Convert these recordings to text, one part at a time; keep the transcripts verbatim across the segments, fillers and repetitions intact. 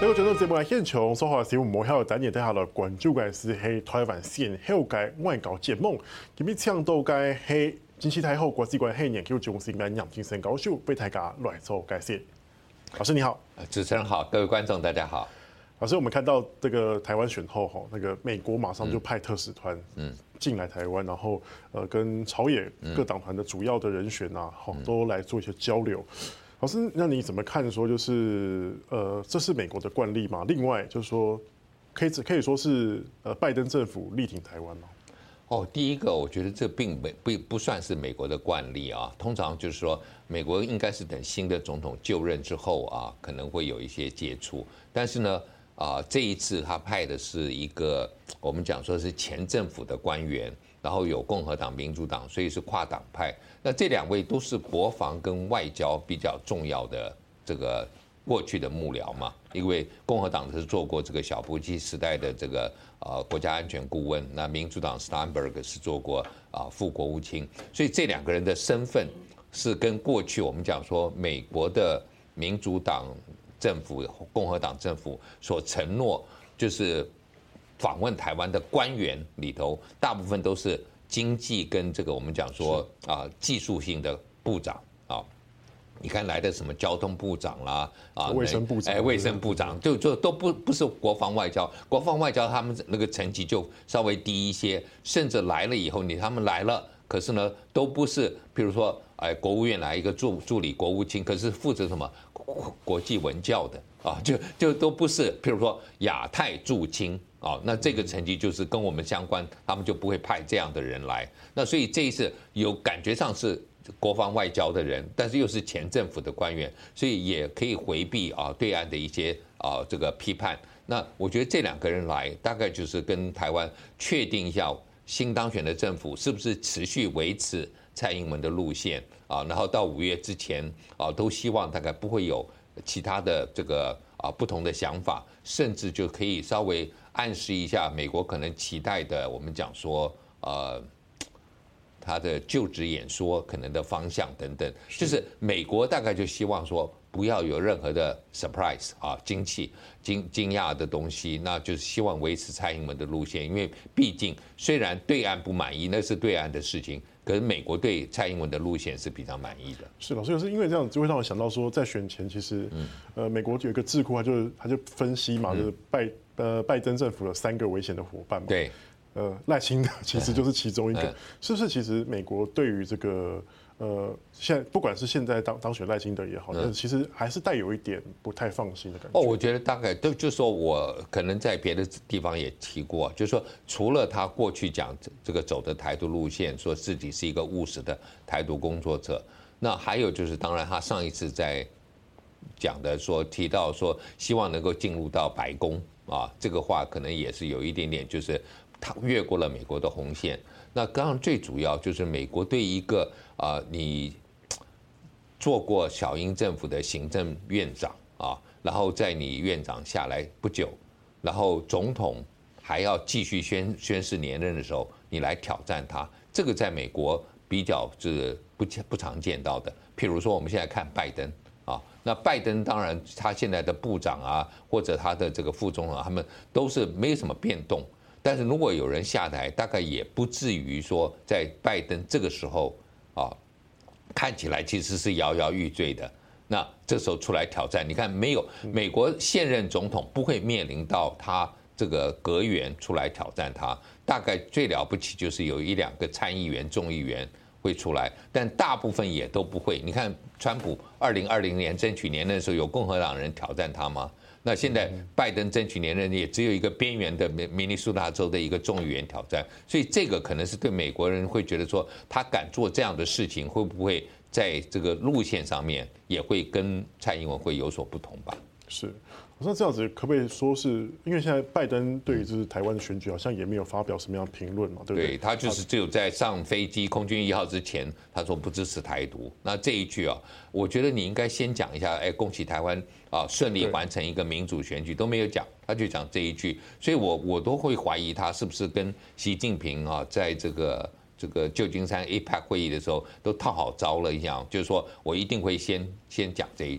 呢個轉到節目嘅現場，所學小唔好喺度等嘢底下來關注嘅是係台灣先後嘅外交節目，今日請到嘅係經濟太后國際關係研究中心嘅楊金城教授為大家來做解釋。老師你好， 主持人好，各位觀眾大家好。 老師，我們看到這個台灣選後，哈，那個美國馬上就派特使團嗯進來台灣，然後呃跟朝野各黨團的主要的人選啊，好都來做一些交流。老師，那你怎麼看？說就是呃，這是美國的慣例嘛？另外就是說，可以可以說是呃拜登政府力挺台灣嗎？ 哦，第一個，我覺得這並不不不算是美國的慣例啊。通常就是說，美國應該是等新的總統就任之後啊，可能會有一些接觸。但是呢，啊，這一次他派的是一個我們講說是前政府的官員，然後有共和黨、民主黨，所以是跨黨派。那這兩位都是國防跟外交比較重要的這個過去的幕僚嘛。因為共和黨是做過這個小布希時代的這個呃國家安全顧問，那民主黨 Steinberg 是做過啊副國務卿，所以這兩個人的身份是跟過去我們講說美國的民主黨政府、共和黨政府所承諾，就是訪問台灣的官員裏頭，大部分都是經濟跟這個我們講說啊技術性的部長啊。你看來的什麼交通部長啦，啊， 衛生部長， 哎，衛生部長就就都不不是國防外交，國防外交他們那個層級就稍微低一些，甚至來了以後，你他們來了，可是呢都不是，譬如說，哎，國務院來一個助助理國務卿，可是負責什麼國際文教的啊，就就都不是，譬如說亞太駐青啊，那這個層級就是跟我們相關，他們就不會派這樣的人來，那所以這一次有感覺上是國防外交的人，但是又是前政府的官員，所以也可以回避啊對岸的一些啊這個批判。那我覺得這兩個人來，大概就是跟台灣確定一下新當選的政府是不是持續維持蔡英文的路線啊，然後到五月之前啊，都希望大概不會有其他的這個啊不同的想法，甚至就可以稍微暗示一下美國可能期待的，我們講說呃。他的就職演說可能的方向等等，就是美國大概就希望說不要有任何的 surprise 啊驚奇驚驚訝的東西，那就是希望維持蔡英文的路線，因為畢竟雖然對岸不滿意，那是對岸的事情，可是美國對蔡英文的路線是比較滿意的。 是老師，就是因為這樣就會讓我想到說，在選前其實，呃，美國有一個智庫，他就他就分析嘛，就是拜呃拜登政府的三個危險的夥伴嘛。對。呃，賴清德其實就是其中一個，是不是？其實美國對於這個呃，現在不管是現在當當選賴清德也好，但是其實還是帶有一點不太放心的感覺。 哦，我覺得大概都就說我可能在別的地方也提過，就是說除了他過去講這個走的台獨路線，說自己是一個務實的台獨工作者，那還有就是當然他上一次在講的說提到說希望能夠進入到白宮啊，這個話可能也是有一點點就是。他越過了美國的紅線，那當然最主要就是美國對一個啊，你做過小英政府的行政院長啊，然後在你院長下來不久，然後總統還要繼續宣宣誓連任的時候，你來挑戰他，這個在美國比較是不不常見到的。譬如說我們現在看拜登啊，那拜登當然他現在的部長啊，或者他的這個副總統，他們都是沒有什麼變動。但是如果有人下台，大概也不至於說在拜登這個時候啊，看起來其實是搖搖欲墜的。那這時候出來挑戰，你看沒有美國現任總統不會面臨到他這個閣員出來挑戰他，大概最了不起就是有一兩個參議員、眾議員會出來，但大部分也都不會。你看川普二零二零年爭取連任的時候，有共和黨人挑戰他嗎？那現在拜登爭取連任也只有一個邊緣的明尼蘇達州的一個眾議員挑戰，所以這個可能是對美國人會覺得說，他敢做這樣的事情，會不會在這個路線上面也會跟蔡英文會有所不同吧？是。 那這樣子可不可以說是因為現在拜登對於就是台灣的選舉好像也沒有發表什麼樣的評論嘛，對不對？ 對，他就是只有在上飛機空軍一號之前，他說不支持台獨。那這一句啊，我覺得你應該先講一下，哎，恭喜台灣啊順利完成一個民主選舉，都沒有講，他就講這一句，所以我我都會懷疑他是不是跟習近平啊，在這個這個舊金山 A P E C 會議的時候都套好招了一樣，就是說我一定會先先講這一句。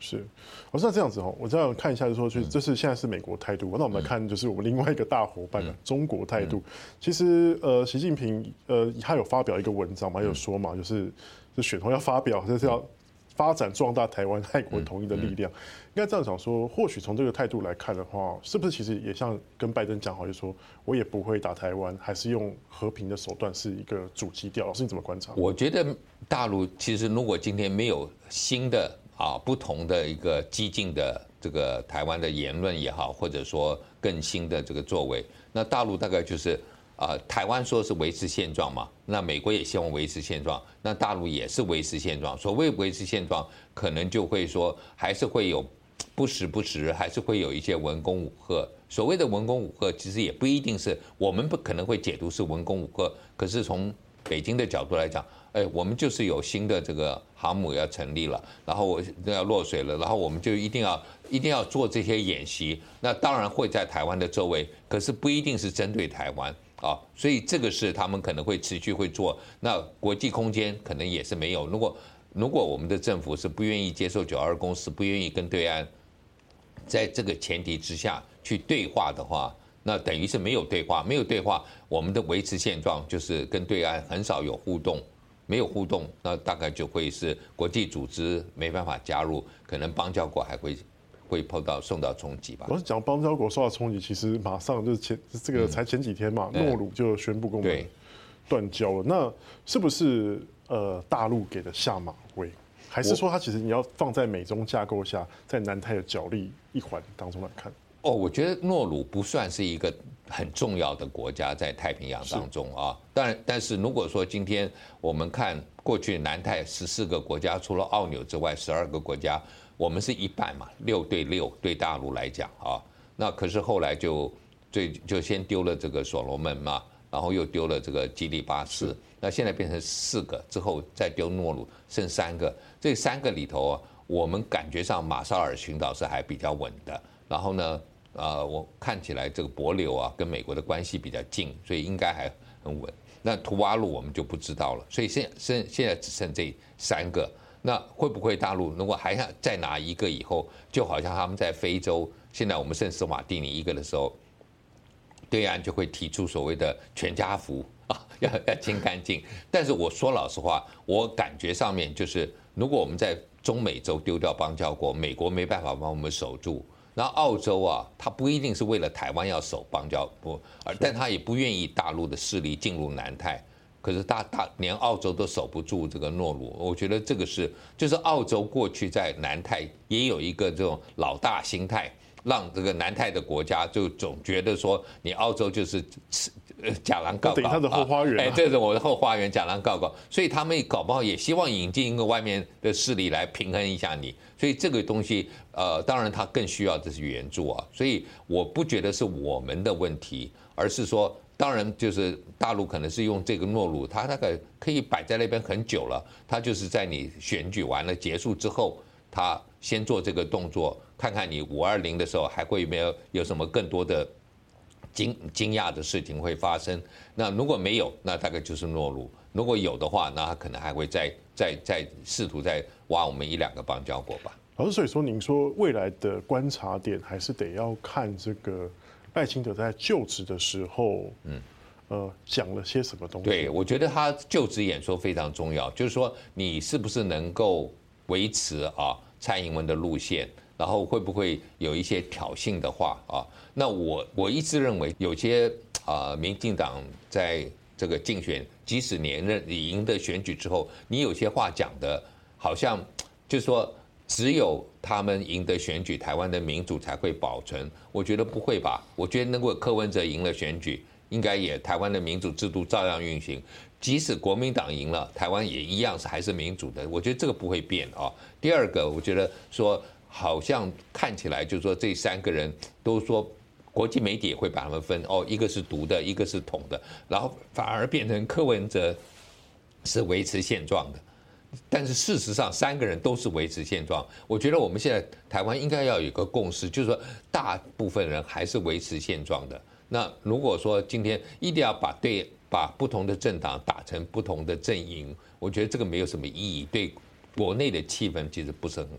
是，我是那这样子哦，我这样看一下，就说，就是这是现在是美国态度，那我们来看，就是我们另外一个大伙伴、嗯、中国态度。其实，呃，习近平呃，他有发表一个文章嘛，有说嘛，就是就选后要发表，就是要发展壮大台湾爱国统一的力量。应该这样想说，或许从这个态度来看的话，是不是其实也像跟拜登讲好，就说我也不会打台湾，还是用和平的手段是一个主基调？老师你怎么观察？ 我觉得大陆其实如果今天没有新的啊，不同的一个激进的这个台湾的言论也好，或者说更新的这个作为，那大陆大概就是啊，台湾说是维持现状嘛，那美国也希望维持现状，那大陆也是维持现状。所谓维持现状，可能就会说还是会有不时不时，还是会有一些文攻武吓。所谓的文攻武吓，其实也不一定是我们不可能会解读是文攻武吓，可是从北京的角度来讲，哎，我们就是有新的这个航母要成立了，然后我要落水了，然后我们就一定要一定要做这些演习。那当然会在台湾的周围，可是不一定是针对台湾啊，所以这个是他们可能会持续会做。那国际空间可能也是没有。如果如果我们的政府是不愿意接受九二共识，不愿意跟对岸在这个前提之下去对话的话，那等于是没有对话，没有对话，我们的维持现状就是跟对岸很少有互动，没有互动，那大概就会是国际组织没办法加入，可能邦交国还会会碰到受到冲击吧。 我是讲邦交国受到冲击，其实马上就是前这个才前几天嘛，嗯、诺鲁就宣布跟我们断交了。那是不是呃大陆给的下马威？还是说它其实你要放在美中架构下，在南太的角力一环当中来看？ 哦，我觉得诺鲁不算是一个很重要的国家在太平洋当中啊。当然，但是如果说今天我们看过去南太十四个国家，除了澳纽之外，十二个国家，我们是一半嘛，六对六对大陆来讲啊。那可是后来就最就先丢了这个所罗门嘛，然后又丢了这个基里巴斯，那现在变成四个，之后再丢诺鲁，剩三个。这三个里头啊，我们感觉上马绍尔群岛是还比较稳的。然后呢？呃，我看起来这个帛琉啊，跟美国的关系比较近，所以应该还很稳。那图瓦卢我们就不知道了，所以现现现在只剩这三个。那会不会大陆如果还想再拿一个以后，就好像他们在非洲，现在我们剩斯瓦蒂尼一个的时候，对岸就会提出所谓的全家福啊，要要清干净。但是我说老实话，我感觉上面就是，如果我们在中美洲丢掉邦交国，美国没办法帮我们守住。然后澳洲啊，他不一定是为了台湾要守邦交不，而但他也不愿意大陆的势力进入南太。可是大大连澳洲都守不住这个诺鲁，我觉得这个是就是澳洲过去在南太也有一个这种老大心态，让这个南太的国家就总觉得说你澳洲就是假狼告告， 等他的后花园、啊， 哎，这是我的后花园，假狼告告，所以他们搞不好也希望引进一个外面的势力来平衡一下你，所以这个东西，呃，当然他更需要的是援助啊，所以我不觉得是我们的问题，而是说，当然就是大陆可能是用这个诺鲁，它大概可以摆在那边很久了，它就是在你选举完了结束之后，它先做这个动作，看看你五二零的时候还会有没有有什么更多的。惊惊讶的事情会发生，那如果没有，那大概就是诺鲁；如果有的话，那他可能还会再再再试图再挖我们一两个邦交国吧。 老师，所以说您说未来的观察点还是得要看这个赖清德在就职的时候，嗯，呃，讲了些什么东西？ 对，我觉得他就职演说非常重要，就是说你是不是能够维持啊蔡英文的路线。然后会不会有一些挑衅的话啊？那我我一直认为有些啊，民进党在这个竞选，即使连任你赢得选举之后，你有些话讲的，好像就是说只有他们赢得选举，台湾的民主才会保存。我觉得不会吧？我觉得如果柯文哲赢了选举，应该也台湾的民主制度照样运行。即使国民党赢了，台湾也一样是还是民主的。我觉得这个不会变啊。第二个，我觉得说。好像看起来就是说这三个人都说国际媒体也会把他们分哦，一个是独的，一个是统的，然后反而变成柯文哲是维持现状的，但是事实上三个人都是维持现状。我觉得我们现在台湾应该要有一个共识，就是说大部分人还是维持现状的。那如果说今天一定要把对把不同的政党打成不同的阵营，我觉得这个没有什么意义，对国内的气氛其实不是很好。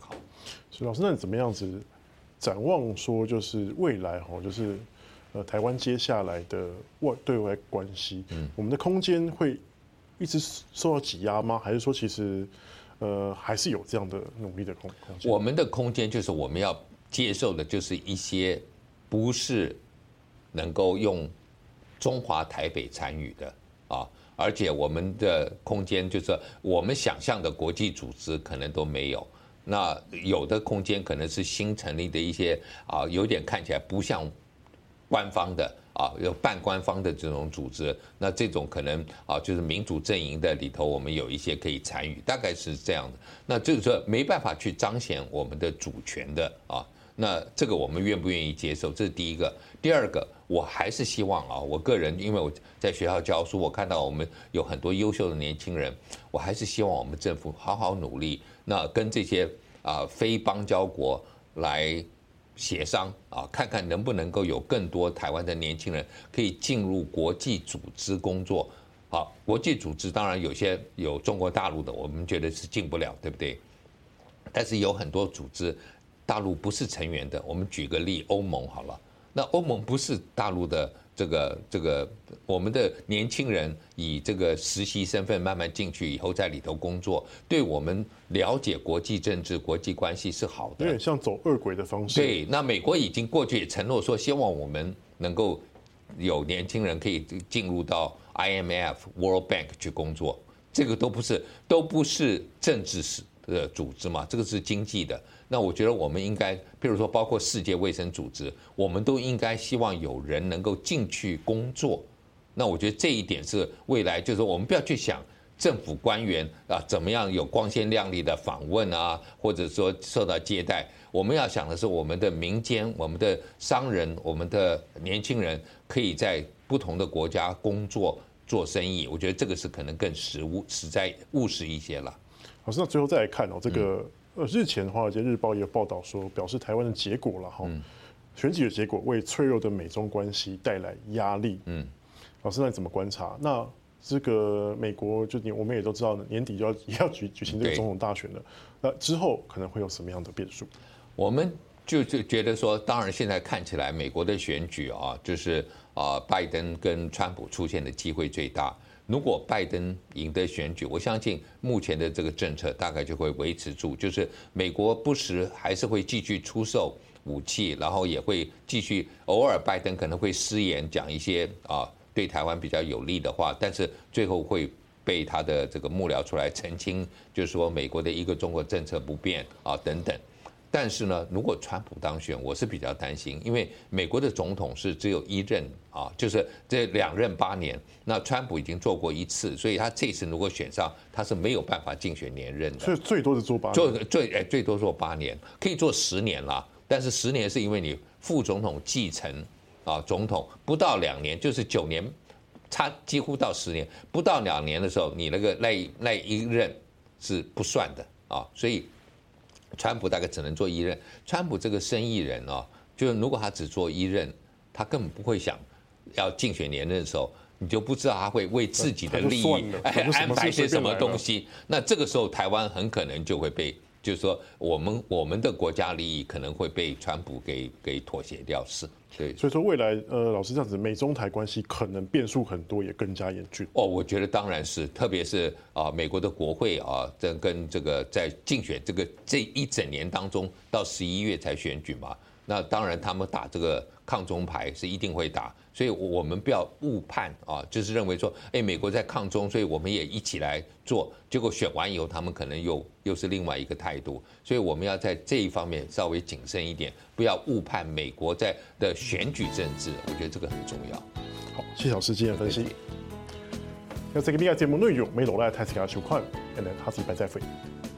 所以老师，那你怎么样子展望说，就是未来哈，就是呃台湾接下来的外对外关系，嗯，我们的空间会一直受到挤压吗？还是说其实呃还是有这样的努力的空空间？ 我们的空间就是我们要接受的，就是一些不是能够用中华台北参与的啊，而且我们的空间就是我们想象的国际组织可能都没有。那有的空间可能是新成立的一些啊，有点看起来不像官方的啊，有半官方的这种组织。那这种可能啊，就是民主阵营的里头，我们有一些可以参与，大概是这样的。那就是说没办法去彰显我们的主权的啊。那这个我们愿不愿意接受？这是第一个。第二个，我还是希望啊，我个人因为我在学校教书，我看到我们有很多优秀的年轻人，我还是希望我们政府好好努力，那跟这些啊非邦交国来协商啊，看看能不能够有更多台湾的年轻人可以进入国际组织工作。好，国际组织当然有些有中国大陆的，我们觉得是进不了，对不对？但是有很多组织大陆不是成员的，我们举个例，欧盟好了。那欧盟不是大陆的这个这个，我们的年轻人以这个实习身份慢慢进去以后，在里头工作，对我们了解国际政治、国际关系是好的。 有点像走二轨的方式。 对，那美国已经过去也承诺说，希望我们能够有年轻人可以进入到 I M F、World Bank 去工作，这个都不是都不是政治的组织嘛，这个是经济的。那我觉得我们应该，譬如说包括世界卫生组织，我们都应该希望有人能够进去工作。那我觉得这一点是未来，就是我们不要去想政府官员啊怎么样有光鲜亮丽的访问啊，或者说受到接待。我们要想的是我们的民间、我们的商人、我们的年轻人可以在不同的国家工作做生意。我觉得这个是可能更实务、实在务实一些了。 老师，那最后再来看哦，这个。嗯呃，日前《华尔街日报》也有报道说，表示台湾的结果了哈，选举的结果为脆弱的美中关系带来压力。嗯，老师，那你怎么观察？那这个美国就你我们也都知道，年底就要也要举举行这个总统大选了，那之后可能会有什么样的变数？ 我们就就觉得说，当然现在看起来美国的选举啊，就是啊，拜登跟川普出现的机会最大。如果拜登赢得选举，我相信目前的这个政策大概就会维持住，就是美国不时还是会继续出售武器，然后也会继续偶尔拜登可能会失言讲一些啊对台湾比较有利的话，但是最后会被他的这个幕僚出来澄清，就是说美国的一个中国政策不变啊等等。但是呢，如果川普当选，我是比较担心，因为美国的总统是只有一任啊，就是这两任八年。那川普已经做过一次，所以他这次如果选上，他是没有办法竞选连任的。 所以最多是做八年， 做最哎最多做八年，可以做十年啦。但是十年是因为你副总统继承啊总统不到两年，就是九年，差几乎到十年，不到两年的时候，你那个那那一任是不算的啊，所以。川普大概只能做一任。川普这个生意人哦，就是如果他只做一任，他根本不会想要竞选连任的时候，你就不知道他会为自己的利益安排些什么东西。那这个时候，台湾很可能就会被，就是说我们我们的国家利益可能会被川普给给妥协掉，是。对， 所以说未来呃，老师这样子，美中台关系可能变数很多，也更加严峻。 哦，我觉得当然是，特别是啊，美国的国会啊，这跟这个在竞选这个这一整年当中，到十一月才选举嘛。那当然，他们打这个抗中牌是一定会打，所以我们不要误判啊，就是认为说，哎，美国在抗中，所以我们也一起来做。结果选完以后，他们可能又又是另外一个态度，所以我们要在这一方面稍微谨慎一点，不要误判美国在的选举政治。我觉得这个很重要。 好，谢谢老师今天的分析。那这个呢个节目內容，每落來睇自己收看，然後下次拜再會。